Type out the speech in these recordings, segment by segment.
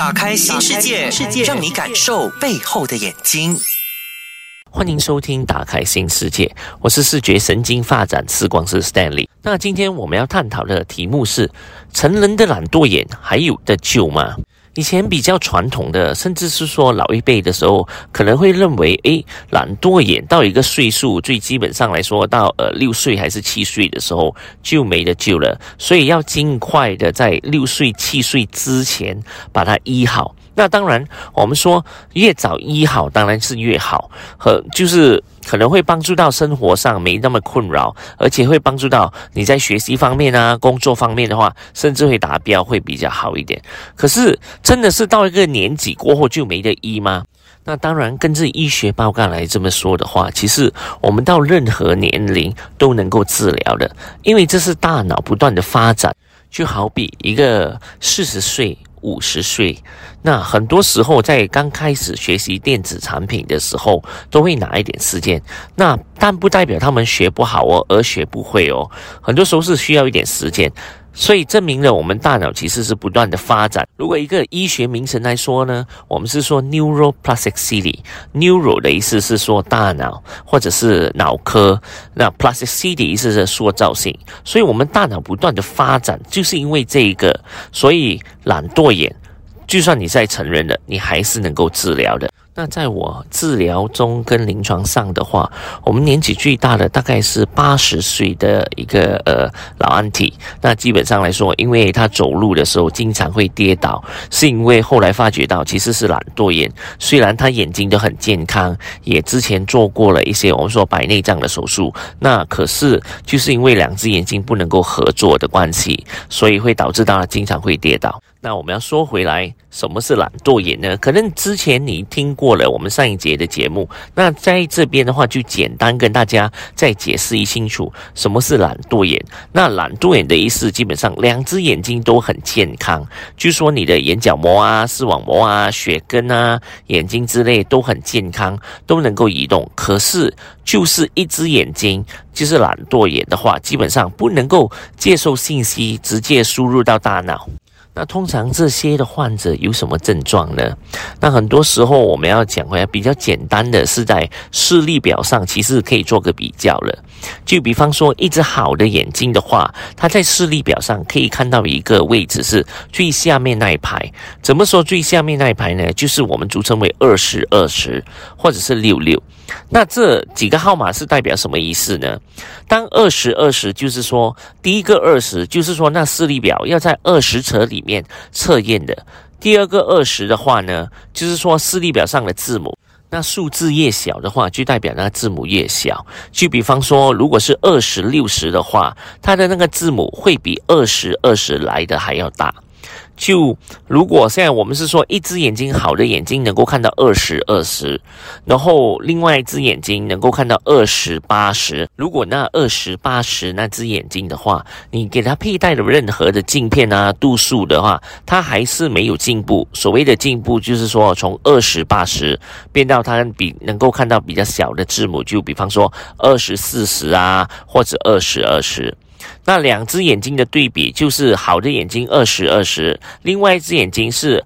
打开新世界，让你感受背后的眼睛。 欢迎收听打开新世界，我是视觉神经发展视光师 Stanley。那今天我们要探讨的题目是：成人的懒惰眼还有得救吗？以前比较传统的，甚至是说老一辈的时候，可能会认为，懒惰眼到一个岁数，最基本上来说到6岁还是7岁的时候就没得救了，所以要尽快的在6岁7岁之前把它医好。那当然我们说越早医好当然是越好，就是可能会帮助到生活上没那么困扰，而且会帮助到你在学习方面啊工作方面的话，甚至会达标会比较好一点。可是真的是到一个年纪过后就没得医吗？那当然根据医学报告来这么说的话，其实我们到任何年龄都能够治疗的，因为这是大脑不断的发展。就好比一个40岁50岁，那很多时候在刚开始学习电子产品的时候都会拿一点时间，那但不代表他们学不好哦，而学不会哦，很多时候是需要一点时间，所以证明了我们大脑其实是不断的发展。如果一个医学名称来说呢，我们是说 neuroplasticity。 Neuro 的意思是说大脑或者是脑科，那 plasticity 意思是塑造性，所以我们大脑不断的发展，就是因为这一个，所以懒惰眼就算你在成人了，你还是能够治疗的。那在我治疗中跟临床上的话，我们年纪最大的大概是80岁的一个老安体。那基本上来说，因为他走路的时候经常会跌倒，是因为后来发觉到其实是懒惰眼。虽然他眼睛都很健康，也之前做过了一些我们说白内障的手术，那可是就是因为2只眼睛不能够合作的关系，所以会导致到他经常会跌倒。那我们要说回来，什么是懒惰眼呢？可能之前你听过了我们上一节的节目，那在这边的话就简单跟大家再解释清楚什么是懒惰眼。那懒惰眼的意思，基本上2只眼睛都很健康，就是说你的眼角膜啊、视网膜啊、血根啊、眼睛之类都很健康，都能够移动。可是就是1只眼睛就是懒惰眼的话，基本上不能够接受信息直接输入到大脑。那通常这些的患者有什么症状呢？那很多时候我们要讲回来比较简单的是在视力表上其实可以做个比较了。就比方说一只好的眼睛的话，它在视力表上可以看到一个位置是最下面那一排。怎么说最下面那一排呢？就是我们俗称为20/20或者是66。那这几个号码是代表什么意思呢？当20/20就是说第一个20就是说那视力表要在20册里面测验的，第二个20的话呢，就是说视力表上的字母，那数字越小的话就代表那个字母越小。就比方说如果是20/60的话，它的那个字母会比20/20来的还要大。就如果现在我们是说1只眼睛好的眼睛能够看到20/20，然后另外1只眼睛能够看到20/80，如果那20/80那只眼睛的话，你给它佩戴的任何的镜片啊度数的话，它还是没有进步。所谓的进步就是说从20/80变到它能够看到比较小的字母，就比方说20/40啊或者20/20。那2只眼睛的对比就是好的眼睛20/20，另外1只眼睛是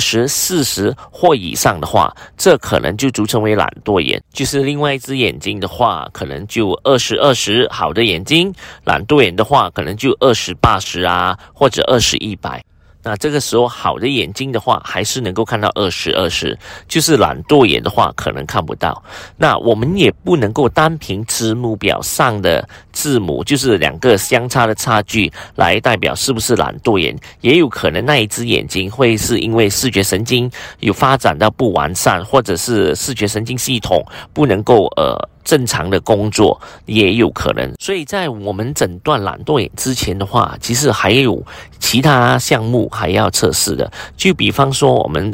20/40或以上的话，这可能就俗称为懒惰眼。就是另外1只眼睛的话可能就20/20，好的眼睛；懒惰眼的话可能就20/80啊或者20/100。那这个时候好的眼睛的话还是能够看到20/20，就是懒惰眼的话可能看不到。那我们也不能够单凭字母表上的字母，就是2个相差的差距来代表是不是懒惰眼，也有可能那1只眼睛会是因为视觉神经有发展到不完善，或者是视觉神经系统不能够正常的工作，也有可能。所以在我们诊断懒惰眼之前的话，其实还有其他项目还要测试的。就比方说我们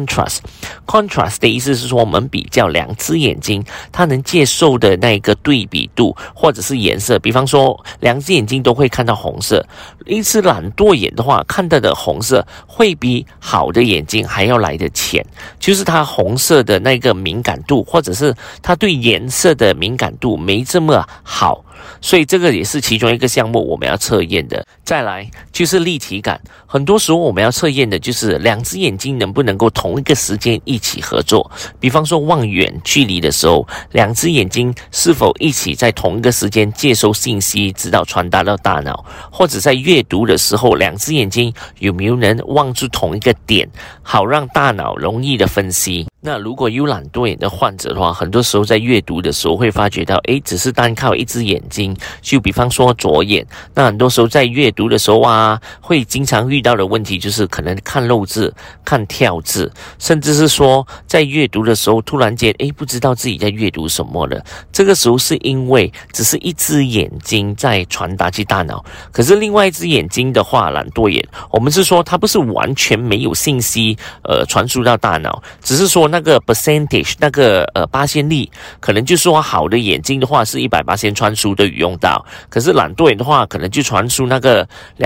contrast 的意思是说我们比较2只眼睛它能接受的那个对比度或者是颜色。比方说2只眼睛都会看到红色，一只懒惰眼的话看到的红色会比好的眼睛还要来得浅，就是它红色的那个敏感度或者是它对颜色的敏感度没这么好， 所以这个也是其中一个项目我们要测验的。再来就是立体感，很多时候我们要测验的就是两只眼睛能不能够同一个时间一起合作。比方说望远距离的时候，两只眼睛是否一起在同一个时间接收信息，直到传达到大脑，或者在阅读的时候，两只眼睛有没有能望住同一个点，好让大脑容易的分析。那如果有懒惰眼的患者的话，很多时候在阅读的时候会发觉到，只是单靠一只眼睛，就比方说左眼，那很多时候在阅读的时候会经常遇到的问题就是可能看漏字、看跳字，甚至是说在阅读的时候突然间不知道自己在阅读什么了。这个时候是因为只是一只眼睛在传达去大脑，可是另外一只眼睛的话，懒惰眼，我们是说它不是完全没有信息传输到大脑，只是说那个 percentage 那个巴仙率，可能就说好的眼睛的话是100%传输都有用到，可是懒惰眼的话可能就传输那个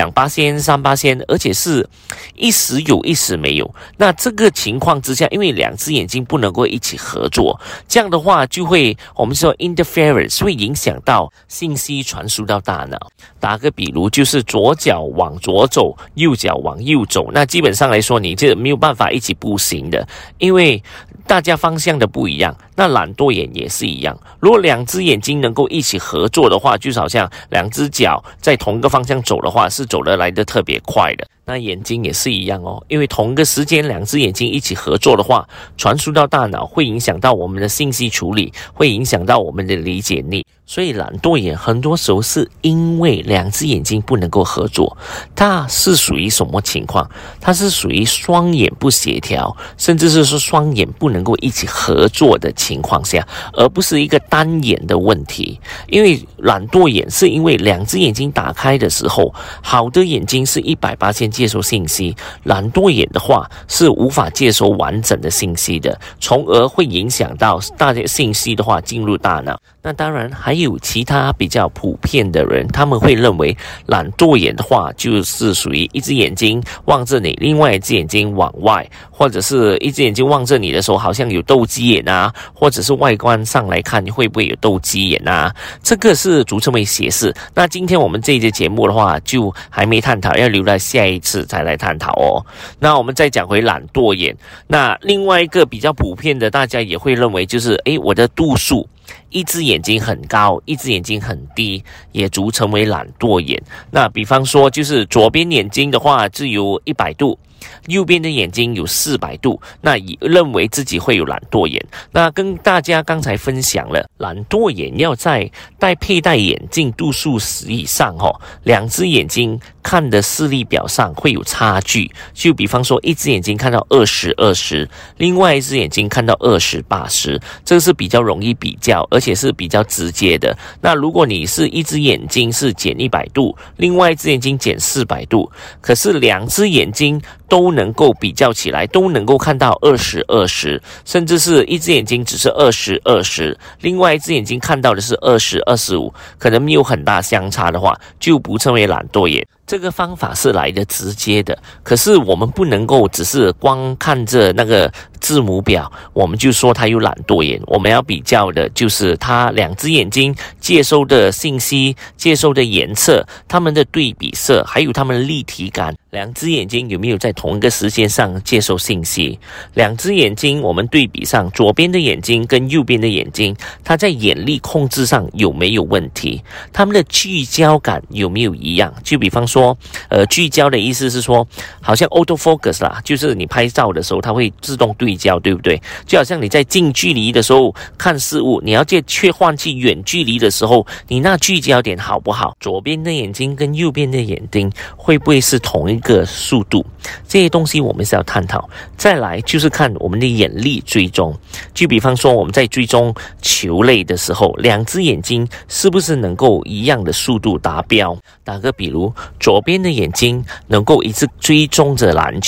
2%、3%，而且是一时有一时没有。那这个情况之下，因为两只眼睛不能够一起合作，这样的话就会我们说 interference 会影响到信息传输到大脑。打个比如，就是左脚往左走，右脚往右走，那基本上来说你这没有办法一起步行的，因为大家方向的不一样。那懒惰眼也是一样，如果两只眼睛能够一起合作的话，就好像两只脚在同一个方向走的话，是走得来的特别快的。那眼睛也是一样因为同一个时间两只眼睛一起合作的话，传输到大脑会影响到我们的信息处理，会影响到我们的理解力。所以懒惰眼很多时候是因为两只眼睛不能够合作。它是属于什么情况？它是属于双眼不协调，甚至是说双眼不能够一起合作的情况下，而不是一个单眼的问题。因为懒惰眼是因为两只眼睛打开的时候，好的眼睛是100%接收信息，懒惰眼的话是无法接收完整的信息的，从而会影响到大家信息的话进入大脑。那当然还有其他比较普遍的人，他们会认为懒惰眼的话就是属于一只眼睛望着你，另外一只眼睛往外，或者是一只眼睛望着你的时候好像有斗鸡眼或者是外观上来看会不会有斗鸡眼这个是俗称为斜视。那今天我们这一节节目的话就还没探讨，要留到下一次才来探讨那我们再讲回懒惰眼，那另外一个比较普遍的大家也会认为就是我的度数一只眼睛很高，一只眼睛很低，也俗称为懒惰眼。那比方说就是左边眼睛的话只有100度，右边的眼睛有400度，那也认为自己会有懒惰眼。那跟大家刚才分享了，懒惰眼要在佩戴眼镜度数10以上两只眼睛看的视力表上会有差距。就比方说一只眼睛看到20/20，另外一只眼睛看到20/80，这个是比较容易比较，而且是比较直接的。那如果你是一只眼睛是减100度，另外一只眼睛减400度，可是两只眼睛都能够比较起来，都能够看到20/20，甚至是一只眼睛只是20/20，另外一只眼睛看到的是20/25，可能没有很大相差的话，就不称为懒惰眼。这个方法是来的直接的，可是我们不能够只是光看着那个字母表我们就说他有懒惰眼。我们要比较的就是他两只眼睛接收的信息、接收的颜色、他们的对比色，还有他们的立体感，两只眼睛有没有在同一个时间上接收信息。两只眼睛我们对比上，左边的眼睛跟右边的眼睛，它在眼力控制上有没有问题，他们的聚焦感有没有一样。就比方说聚焦的意思是说好像 auto focus 啦，就是你拍照的时候它会自动对焦，对不对？就好像你在近距离的时候看事物，你要切换去远距离的时候，你那聚焦点好不好？左边的眼睛跟右边的眼睛会不会是同一个速度？这些东西我们是要探讨。再来就是看我们的眼力追踪，就比方说我们在追踪球类的时候，两只眼睛是不是能够一样的速度达标？打个比如，左边的眼睛能够一直追踪着篮球，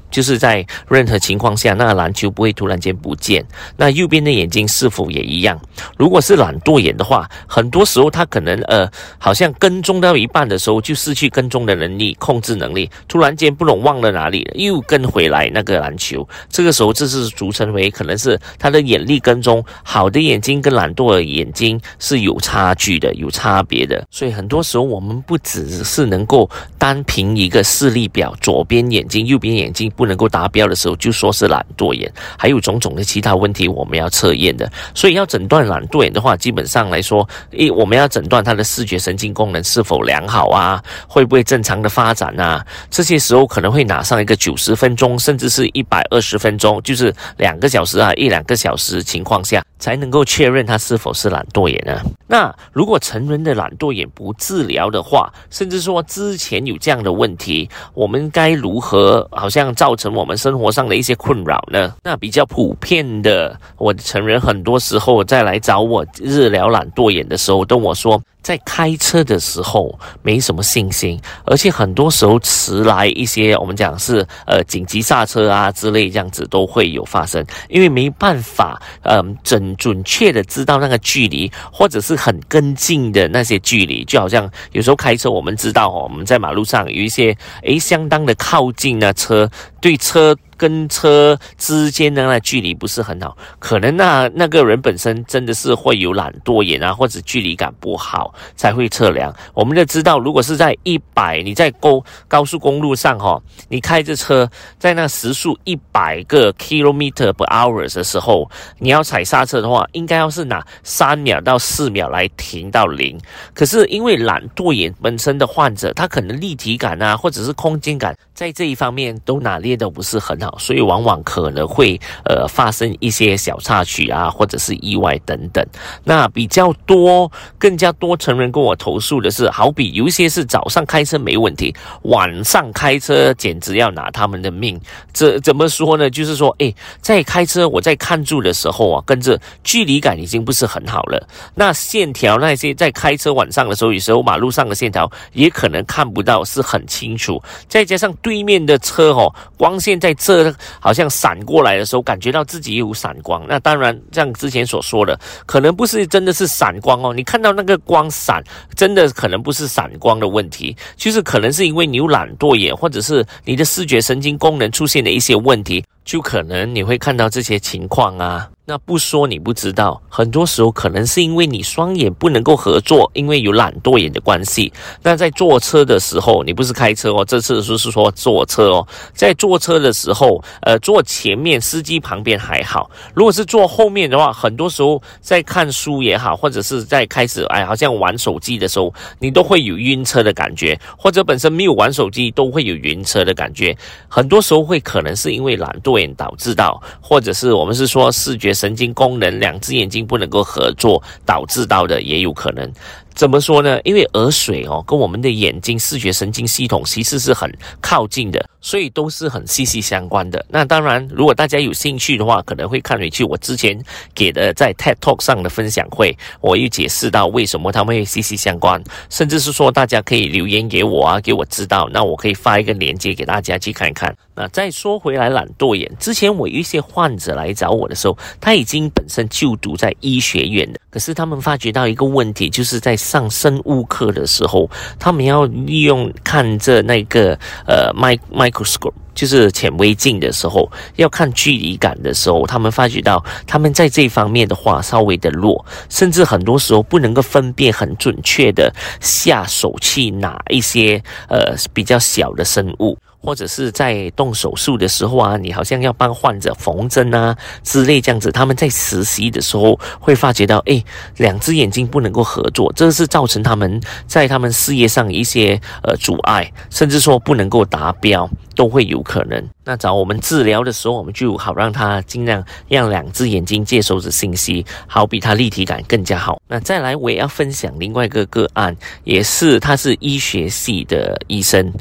就是在任何情况下，那个篮球不会突然间不见。那右边的眼睛是否也一样？如果是懒惰眼的话，很多时候他可能好像跟踪到一半的时候就失去跟踪的能力、控制能力，突然间不懂忘了哪里了，又跟回来那个篮球。这个时候这是俗称为可能是他的眼力跟踪。好的眼睛跟懒惰的眼睛是有差距的，有差别的。所以很多时候我们不只是能够单凭一个视力表，左边眼睛右边眼睛不能够达标的时候就说是懒惰眼，还有种种的其他问题我们要测验的。所以要诊断懒惰眼的话，基本上来说我们要诊断他的视觉神经功能是否良好啊，会不会正常的发展啊，这些时候可能会拿上一个90分钟甚至是120分钟，就是2个小时啊1-2个小时情况下才能够确认他是否是懒惰眼呢。那如果成人的懒惰眼不治疗的话，甚至说之前有这样的问题，我们该如何好像造成我们生活上的一些困扰呢？那比较普遍的，我的成人很多时候再来找我治疗懒惰眼的时候跟我说，在开车的时候没什么信心，而且很多时候迟来一些我们讲是紧急刹车啊之类这样子都会有发生，因为没办法准确的知道那个距离，或者是很跟进的那些距离。就好像有时候开车我们知道我们在马路上有一些相当的靠近的车，对车跟车之间的那距离不是很好，可能那个人本身真的是会有懒惰眼啊，或者距离感不好才会测量。我们就知道，如果是在100，你在高速公路上你开着车在那时速100个 kilometer per hour 的时候，你要踩刹车的话，应该要是拿3秒到4秒来停到0。可是因为懒惰眼本身的患者，他可能立体感啊，或者是空间感，在这一方面都拿捏的不是很好，所以往往可能会发生一些小插曲啊，或者是意外等等。那比较多更加多成人跟我投诉的是，好比有一些是早上开车没问题，晚上开车简直要拿他们的命。这怎么说呢？就是说在开车我在看住的时候啊，跟着距离感已经不是很好了，那线条那些在开车晚上的时候，有时候马路上的线条也可能看不到是很清楚，再加上对面的车光线在这好像闪过来的时候，感觉到自己有闪光。那当然像之前所说的，可能不是真的是闪光你看到那个光闪，真的可能不是闪光的问题，就是可能是因为你有懒惰眼，或者是你的视觉神经功能出现的一些问题，就可能你会看到这些情况啊。那不说你不知道，很多时候可能是因为你双眼不能够合作，因为有懒惰眼的关系。那在坐车的时候，你不是开车这次是说坐车在坐车的时候坐前面司机旁边还好，如果是坐后面的话，很多时候在看书也好，或者是在开始好像玩手机的时候，你都会有晕车的感觉，或者本身没有玩手机都会有晕车的感觉。很多时候会可能是因为懒惰眼导致到，或者是我们是说视觉神经功能2只眼睛不能够合作导致到的也有可能。怎么说呢？因为耳水跟我们的眼睛视觉神经系统其实是很靠近的，所以都是很息息相关的。那当然如果大家有兴趣的话，可能会看回去我之前给的在 TED Talk 上的分享会，我又解释到为什么它们会息息相关，甚至是说大家可以留言给我啊，给我知道，那我可以发一个链接给大家去看看。那再说回来懒惰眼，之前我有一些患者来找我的时候，他已经本身就读在医学院的，可是他们发觉到一个问题，就是在上生物课的时候，他们要利用看着那个microscope， 就是显微镜的时候，要看距离感的时候，他们发觉到他们在这方面的话稍微的弱，甚至很多时候不能够分辨很准确的下手去拿一些比较小的生物，或者是在动手术的时候啊，你好像要帮患者缝针啊之类这样子，他们在实习的时候会发觉到2只眼睛不能够合作，这是造成他们在他们事业上一些阻碍，甚至说不能够达标都会有可能。那找我们治疗的时候，我们就好让他尽量让2只眼睛接收着信息，好比他立体感更加好。那再来我也要分享另外一个个案，也是他是医学系的医生，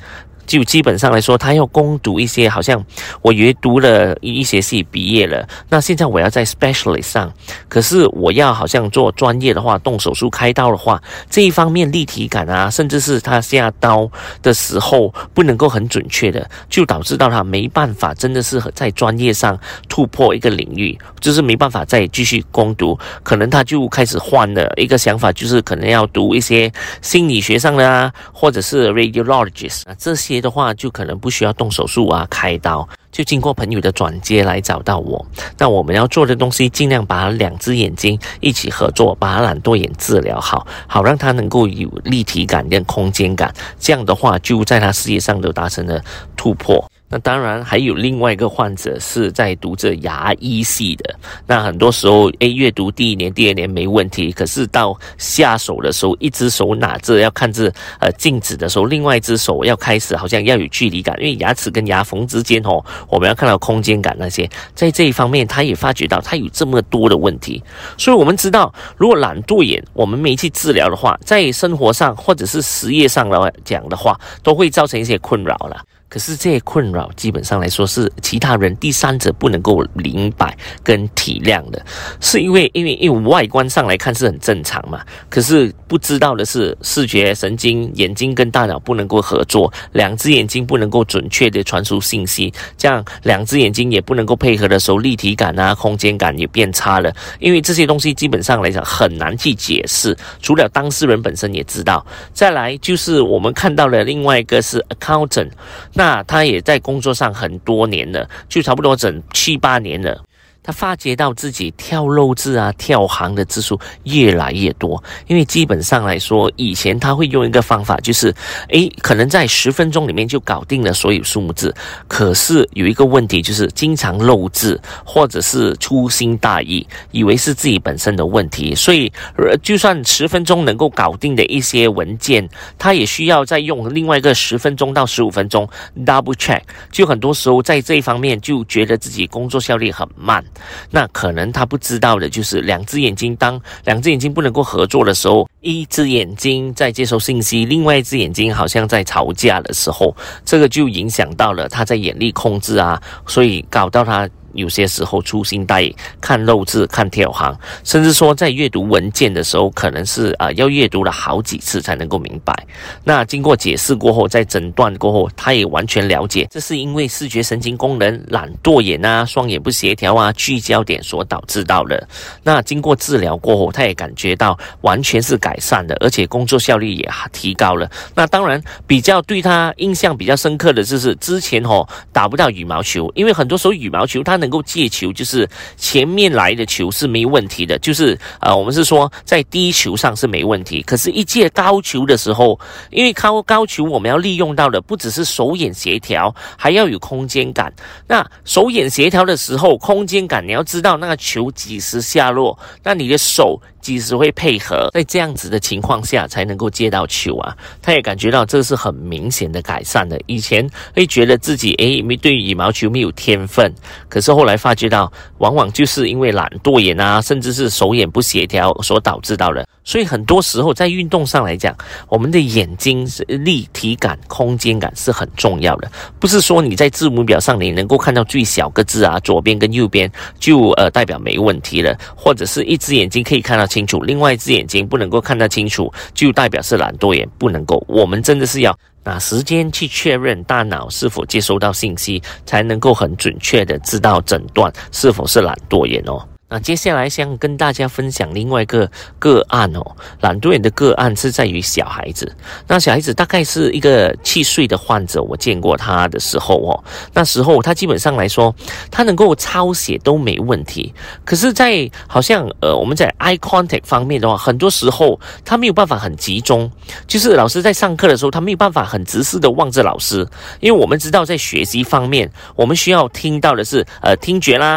就基本上来说，他要攻读一些，好像我以为读了医学系毕业了，那现在我要在 specialist 上，可是我要好像做专业的话，动手术开刀的话，这一方面立体感啊，甚至是他下刀的时候不能够很准确的，就导致到他没办法真的是在专业上突破一个领域，就是没办法再继续攻读，可能他就开始换了一个想法，就是可能要读一些心理学上的啊，或者是 radiologist 啊，这些的话就可能不需要动手术啊，开刀。就经过朋友的转接来找到我，那我们要做的东西尽量把2只眼睛一起合作，把他懒惰眼治疗好，好让他能够有立体感跟空间感，这样的话就在他事业上都达成了突破。那当然还有另外一个患者是在读着牙医系的，那很多时候阅读第1年第2年没问题，可是到下手的时候，一只手拿着要看着镜子的时候，另外一只手要开始好像要有距离感，因为牙齿跟牙缝之间我们要看到空间感那些，在这一方面他也发觉到他有这么多的问题，所以我们知道如果懒惰眼我们没去治疗的话，在生活上或者是实业上来讲的话，都会造成一些困扰了。可是这些困扰基本上来说是其他人第三者不能够明白跟体谅的，是因为外观上来看是很正常嘛，可是不知道的是视觉神经眼睛跟大脑不能够合作，2只眼睛不能够准确的传输信息，这样2只眼睛也不能够配合的时候，立体感啊空间感也变差了，因为这些东西基本上来讲很难去解释，除了当事人本身也知道。再来就是我们看到了另外一个是 accountant，那他也在工作上很多年了，就差不多整7、8年了。他发觉到自己跳漏字啊、跳行的字数越来越多，因为基本上来说，以前他会用一个方法，就是可能在10分钟里面就搞定了所有数目字。可是有一个问题，就是经常漏字，或者是粗心大意，以为是自己本身的问题，所以就算10分钟能够搞定的一些文件，他也需要再用另外一个10分钟到15分钟 double check， 就很多时候在这一方面就觉得自己工作效率很慢。那可能他不知道的就是2只眼睛，当2只眼睛不能够合作的时候，一只眼睛在接收信息，另外一只眼睛好像在吵架的时候，这个就影响到了他在眼力控制啊，所以搞到他有些时候粗心大意，看漏字、看跳行，甚至说在阅读文件的时候，可能是要阅读了好几次才能够明白。那经过解释过后，在诊断过后，他也完全了解，这是因为视觉神经功能懒惰眼啊、双眼不协调啊、聚焦点所导致到的。那经过治疗过后，他也感觉到完全是改善的，而且工作效率也提高了。那当然比较对他印象比较深刻的就是之前打不到羽毛球，因为很多时候羽毛球它能够借球，就是前面来的球是没问题的，就是我们是说在低球上是没问题，可是一借高球的时候，因为高球我们要利用到的不只是手眼协调，还要有空间感。那手眼协调的时候，空间感你要知道那个球几时下落，那你的手几时会配合，在这样子的情况下才能够接到球啊。他也感觉到这是很明显的改善的，以前会觉得自己对羽毛球没有天分，可是后来发觉到往往就是因为懒惰眼啊，甚至是手眼不协调所导致到的。所以很多时候在运动上来讲，我们的眼睛是立体感、空间感是很重要的，不是说你在字母表上你能够看到最小个字啊，左边跟右边就代表没问题了，或者是一只眼睛可以看到清楚，另外一只眼睛不能够看得清楚，就代表是懒惰眼，不能够。我们真的是要拿时间去确认大脑是否接收到信息，才能够很准确的知道诊断是否是懒惰眼哦。那接下来想跟大家分享另外一个个案哦，懒惰眼的个案是在于小孩子。那小孩子大概是一个7岁的患者，我见过他的时候那时候他基本上来说，他能够抄写都没问题。可是在好像我们在 eye contact 方面的话，很多时候他没有办法很集中，就是老师在上课的时候，他没有办法很直视的望着老师，因为我们知道在学习方面，我们需要听到的是听觉啦、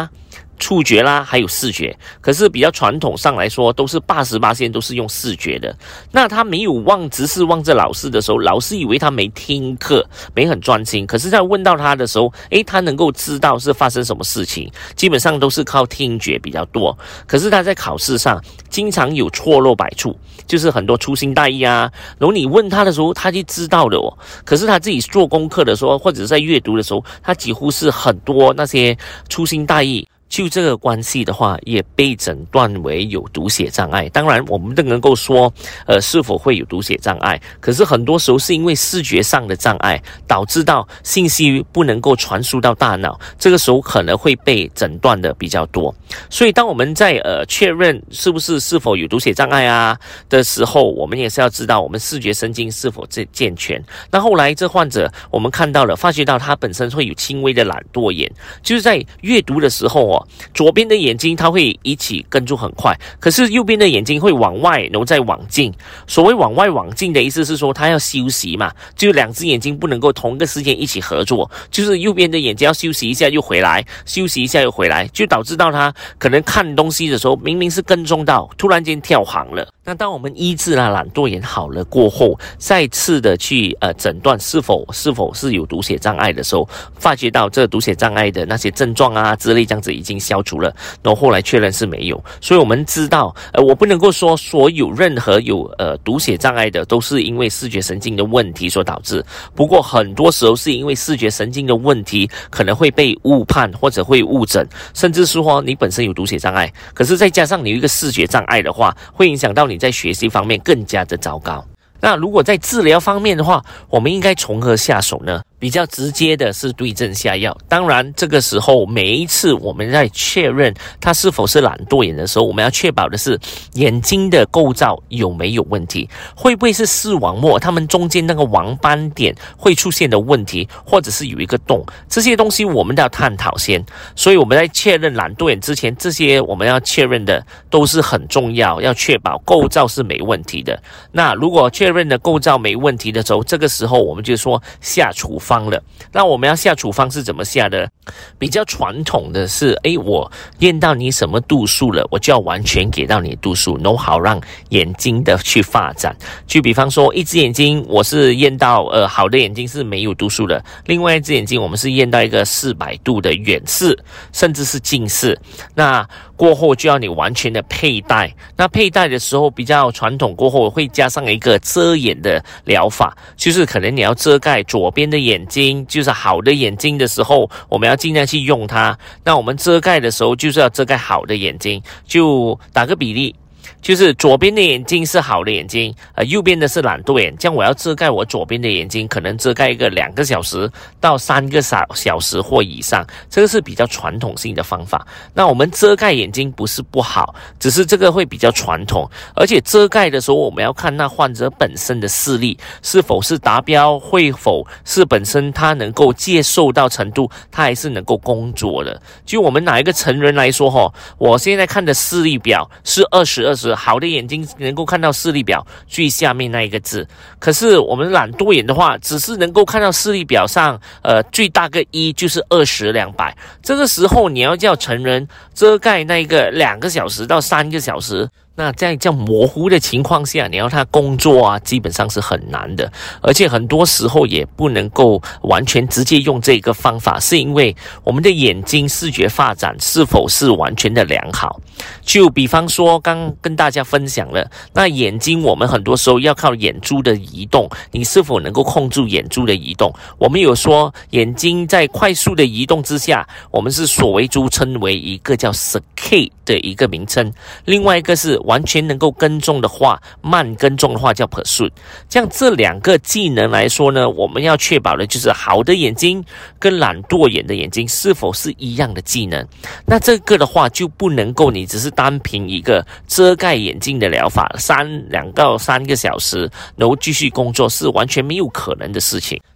触觉啦，还有视觉。可是比较传统上来说，都是80%都是用视觉的。那他没有直视望着老师的时候，老师以为他没听课，没很专心。可是在问到他的时候，他能够知道是发生什么事情，基本上都是靠听觉比较多。可是他在考试上经常有错漏百出，就是很多粗心大意啊。然后你问他的时候，他就知道的哦。可是他自己做功课的时候，或者是在阅读的时候，他几乎是很多那些粗心大意。就这个关系的话，也被诊断为有读写障碍。当然，我们不能够说，是否会有读写障碍。可是很多时候是因为视觉上的障碍，导致到信息不能够传输到大脑，这个时候可能会被诊断的比较多。所以，当我们在确认是否有读写障碍啊的时候，我们也是要知道我们视觉神经是否健全。那后来这患者我们看到了，发觉到他本身会有轻微的懒惰眼，就是在阅读的时候左边的眼睛它会一起跟住很快，可是右边的眼睛会往外，然后再往进。所谓往外往进的意思是说，他要休息嘛，就两只眼睛不能够同个时间一起合作，就是右边的眼睛要休息一下又回来，休息一下又回来，就导致到他可能看东西的时候，明明是跟踪到，突然间跳行了。那当我们医治了懒惰眼好了过后，再次的去诊断是否是有读写障碍的时候，发觉到这读写障碍的那些症状啊之类这样子已经消除了，然后后来确认是没有。所以我们知道我不能够说所有任何有读写障碍的都是因为视觉神经的问题所导致，不过很多时候是因为视觉神经的问题可能会被误判或者会误诊，甚至说你本身有读写障碍，可是再加上你有一个视觉障碍的话，会影响到你在学习方面更加的糟糕。那如果在治疗方面的话，我们应该从何下手呢？比较直接的是对症下药。当然这个时候每一次我们在确认他是否是懒惰眼的时候，我们要确保的是眼睛的构造有没有问题，会不会是视网膜它们中间那个黄斑点会出现的问题，或者是有一个洞，这些东西我们都要探讨先。所以我们在确认懒惰眼之前，这些我们要确认的都是很重要，要确保构造是没问题的。那如果确认的构造没问题的时候，这个时候我们就说下处方了。那我们要下处方是怎么下的？比较传统的是我验到你什么度数了，我就要完全给到你度数，然后好让眼睛的去发展。就比方说一只眼睛我是验到好的眼睛是没有度数的，另外一只眼睛我们是验到一个400度的远视甚至是近视，那过后就要你完全的佩戴。那佩戴的时候比较传统，过后会加上一个遮眼的疗法，就是可能你要遮盖左边的眼睛，就是好的眼睛的时候我们要尽量去用它。那我们遮盖的时候就是要遮盖好的眼睛，就打个比例，就是左边的眼睛是好的眼睛，右边的是懒惰眼，这样我要遮盖我左边的眼睛，可能遮盖一个2个小时到3个小时或以上，这个是比较传统性的方法。那我们遮盖眼睛不是不好，只是这个会比较传统，而且遮盖的时候我们要看那患者本身的视力是否是达标，会否是本身他能够接受到程度，他还是能够工作的。就我们拿一个成人来说我现在看的视力表是20，好的眼睛能够看到视力表最下面那一个字，可是我们懒惰眼的话只是能够看到视力表上最大个1就是20/200，这个时候你要叫成人遮盖那个2个小时到3个小时，那在这样模糊的情况下，你要他工作基本上是很难的。而且很多时候也不能够完全直接用这个方法，是因为我们的眼睛视觉发展是否是完全的良好。就比方说刚跟大家分享了，那眼睛我们很多时候要靠眼珠的移动，你是否能够控制眼珠的移动。我们有说眼睛在快速的移动之下，我们是所谓称为一个叫 saccade 的一个名称，另外一个是完全能够跟踪的话，慢跟踪的话叫 pursuit。 这样这2个技能来说呢，我们要确保的就是好的眼睛跟懒惰眼的眼睛是否是一样的技能。那这个的话就不能够你只是单凭一个遮盖眼睛的疗法2到3个小时然后继续工作，是完全没有可能的事情。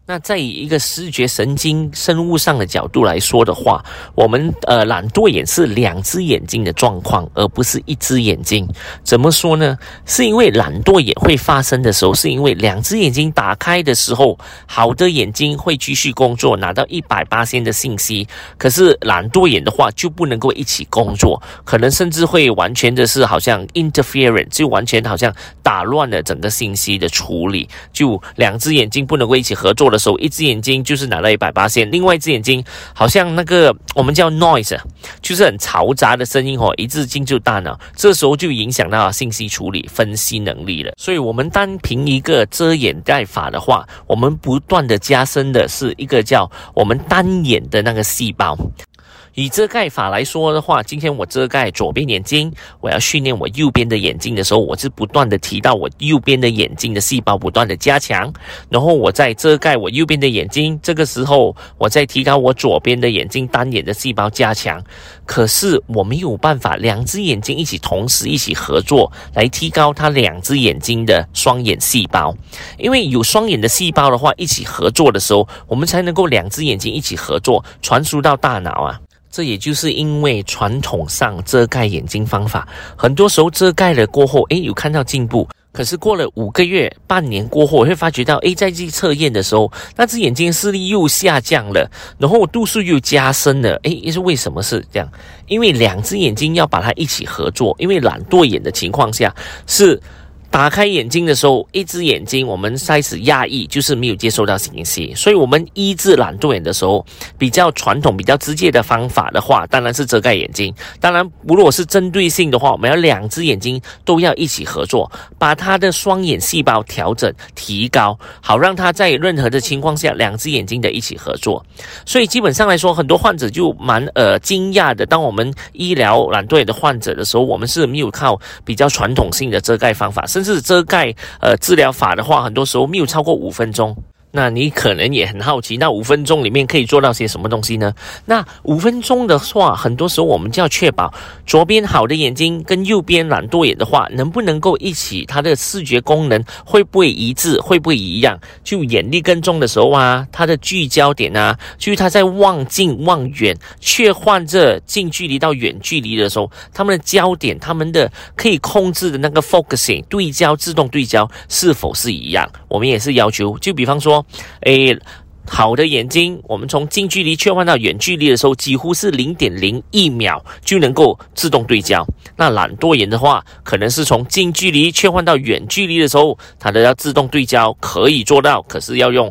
那在以一个视觉神经生物上的角度来说的话，我们懒惰眼是2只眼睛的状况，而不是1只眼睛。怎么说呢？是因为懒惰眼会发生的时候，是因为2只眼睛打开的时候，好的眼睛会继续工作，拿到100%的信息。可是懒惰眼的话就不能够一起工作，可能甚至会完全的是好像 interference， 就完全好像打乱了整个信息的处理。就2只眼睛不能够一起合作的时候，1只眼睛就是拿到100%，另外1只眼睛好像那个我们叫 noise， 就是很嘈杂的声音一直进入大脑，这时候就影响到信息处理、分析能力了。所以我们单凭一个遮掩盖法的话，我们不断的加深的是一个叫我们单眼的那个细胞。以遮盖法来说的话，今天我遮盖左边眼睛，我要训练我右边的眼睛的时候，我是不断的提到我右边的眼睛的细胞不断的加强，然后我再遮盖我右边的眼睛，这个时候我再提高我左边的眼睛单眼的细胞加强。可是我没有办法2只眼睛一起同时一起合作来提高它2只眼睛的双眼细胞，因为有双眼的细胞的话一起合作的时候，我们才能够2只眼睛一起合作传输到大脑啊。这也就是因为传统上遮盖眼睛方法，很多时候遮盖了过后，有看到进步。可是过了5个月、半年过后，我会发觉到，在这测验的时候，那只眼睛视力又下降了，然后度数又加深了。是为什么是这样？因为2只眼睛要把它一起合作，因为懒惰眼的情况下是打开眼睛的时候，1只眼睛我们开始压抑，就是没有接收到信息。所以我们医治懒惰眼的时候，比较传统、比较直接的方法的话，当然是遮盖眼睛。当然，如果是针对性的话，我们要2只眼睛都要一起合作，把它的双眼细胞调整、提高，好让它在任何的情况下2只眼睛的一起合作。所以基本上来说，很多患者就蛮惊讶的。当我们医疗懒惰眼的患者的时候，我们是没有靠比较传统性的遮盖方法，甚至遮盖治疗法的话，很多时候没有超过5分钟。那你可能也很好奇，那5分钟里面可以做到些什么东西呢？那5分钟的话，很多时候我们就要确保左边好的眼睛跟右边懒惰眼的话，能不能够一起，它的视觉功能会不会一致，会不会一样？就眼力跟踪的时候啊，它的聚焦点啊，就是它在望近望远切换这近距离到远距离的时候，它们的焦点，它们的可以控制的那个 focusing 对焦，自动对焦是否是一样？我们也是要求，就比方说好的眼睛，我们从近距离切换到远距离的时候，几乎是0.01秒就能够自动对焦。那懒惰眼的话，可能是从近距离切换到远距离的时候，它的要自动对焦可以做到，可是要用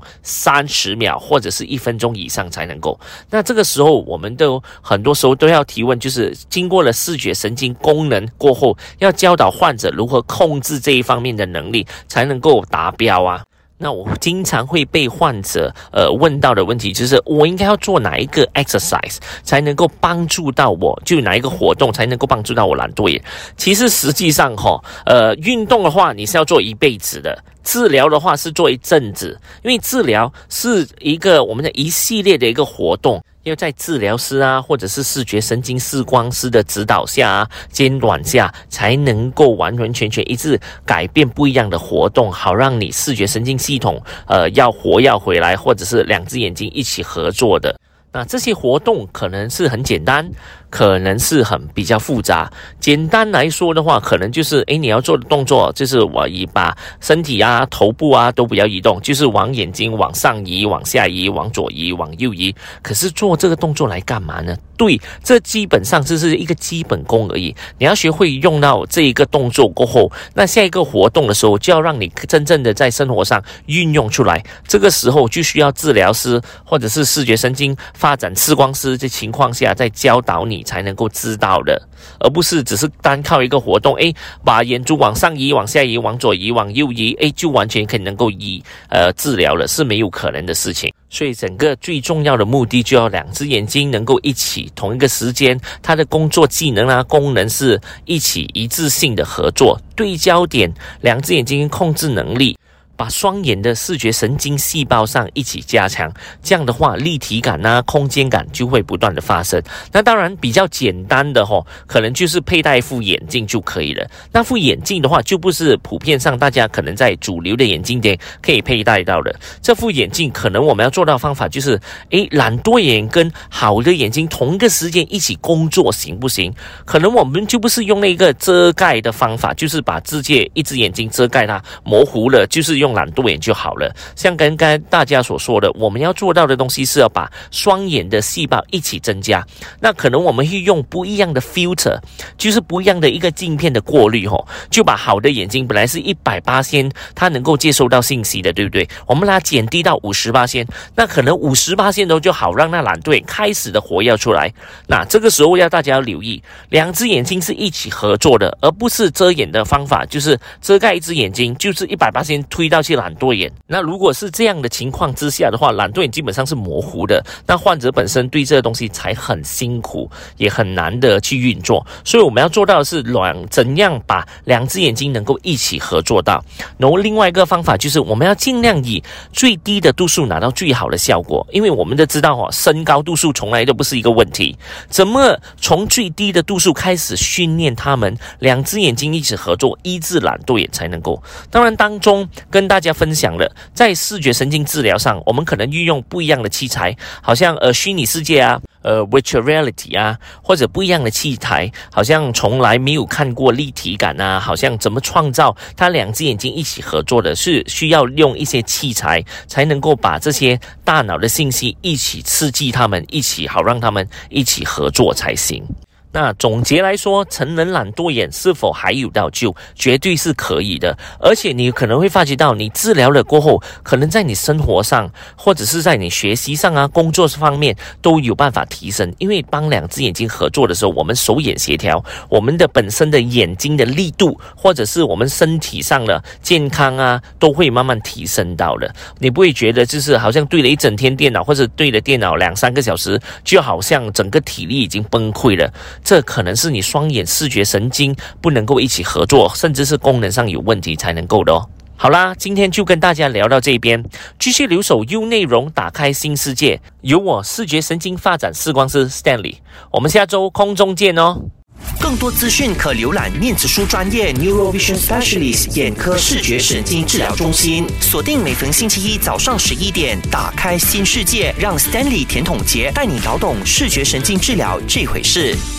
30秒或者是1分钟以上才能够。那这个时候，我们都很多时候都要提问，就是经过了视觉神经功能过后，要教导患者如何控制这一方面的能力，才能够达标啊。那我经常会被患者问到的问题就是，我应该要做哪一个 exercise 才能够帮助到我，就哪一个活动才能够帮助到我懒惰眼？其实实际上运动的话你是要做一辈子的，治疗的话是做一阵子，因为治疗是一个我们的一系列的一个活动，要在治疗师啊，或者是视觉神经视光师的指导下啊、监管下，才能够完完全全一致改变不一样的活动，好让你视觉神经系统要活跃回来，或者是2只眼睛一起合作的。那这些活动可能是很简单，可能是比较复杂。简单来说的话，可能就是你要做的动作就是我把身体啊、头部啊都不要移动，就是往眼睛往上移、往下移、往左移、往右移。可是做这个动作来干嘛呢？对，这基本上就是一个基本功而已。你要学会用到这一个动作过后，那下一个活动的时候就要让你真正的在生活上运用出来。这个时候就需要治疗师或者是视觉神经发展视光师这情况下再教导你才能够知道的，而不是只是单靠一个活动，把眼珠往上移、往下移、往左移、往右移，就完全可以能够治疗了，是没有可能的事情。所以整个最重要的目的就要2只眼睛能够一起同一个时间，它的工作技能啊、功能是一起一致性的合作，对焦点、2只眼睛控制能力把双眼的视觉神经细胞上一起加强，这样的话立体感啊、空间感就会不断的发生。那当然比较简单的可能就是佩戴一副眼镜就可以了。那副眼镜的话就不是普遍上大家可能在主流的眼镜店可以佩戴到的。这副眼镜可能我们要做到的方法就是懒惰眼跟好的眼睛同一个时间一起工作行不行？可能我们就不是用那个遮盖的方法，就是把直接一只眼睛遮盖它模糊了，就是用懒惰眼就好了。像刚才大家所说的，我们要做到的东西是要把双眼的细胞一起增加。那可能我们会用不一样的 filter， 就是不一样的一个镜片的过滤就把好的眼睛本来是100%它能够接收到信息的，对不对？我们把它减低到50%，那可能50%都就好让那懒惰眼开始的活跃出来。那这个时候大家要留意，两只眼睛是一起合作的，而不是遮掩的方法，就是遮盖一只眼睛就是100%推到去懒惰眼。那如果是这样的情况之下的话，懒惰眼基本上是模糊的，那患者本身对这个东西才很辛苦，也很难的去运作。所以我们要做到的是怎样把两只眼睛能够一起合作到。然后另外一个方法就是我们要尽量以最低的度数拿到最好的效果，因为我们都知道身高度数从来都不是一个问题，怎么从最低的度数开始训练他们两只眼睛一起合作医治懒惰眼才能够。当然当中跟大家分享了，在视觉神经治疗上我们可能运用不一样的器材，好像虚拟世界啊virtual reality 啊，或者不一样的器材，好像从来没有看过立体感啊，好像怎么创造他两只眼睛一起合作的，是需要用一些器材才能够把这些大脑的信息一起刺激他们一起，好让他们一起合作才行。那总结来说，成人懒惰眼是否还有得救？绝对是可以的。而且你可能会发觉到，你治疗了过后，可能在你生活上，或者是在你学习上啊、工作方面都有办法提升。因为当两只眼睛合作的时候，我们手眼协调，我们的本身的眼睛的力度，或者是我们身体上的健康啊，都会慢慢提升到的。你不会觉得就是好像对了一整天电脑，或者对了电脑2-3个小时，就好像整个体力已经崩溃了。这可能是你双眼视觉神经不能够一起合作，甚至是功能上有问题才能够的哦。好啦，今天就跟大家聊到这边，继续留守优内容，打开新世界。由我视觉神经发展视光师 Stanley， 我们下周空中见哦。 更多资讯可浏览面子书专业 Neurovision Specialist 眼科视觉神经治疗中心，锁定每逢星期一早上11点，打开新世界，让 Stanley 田统杰带你搞懂视觉神经治疗这回事。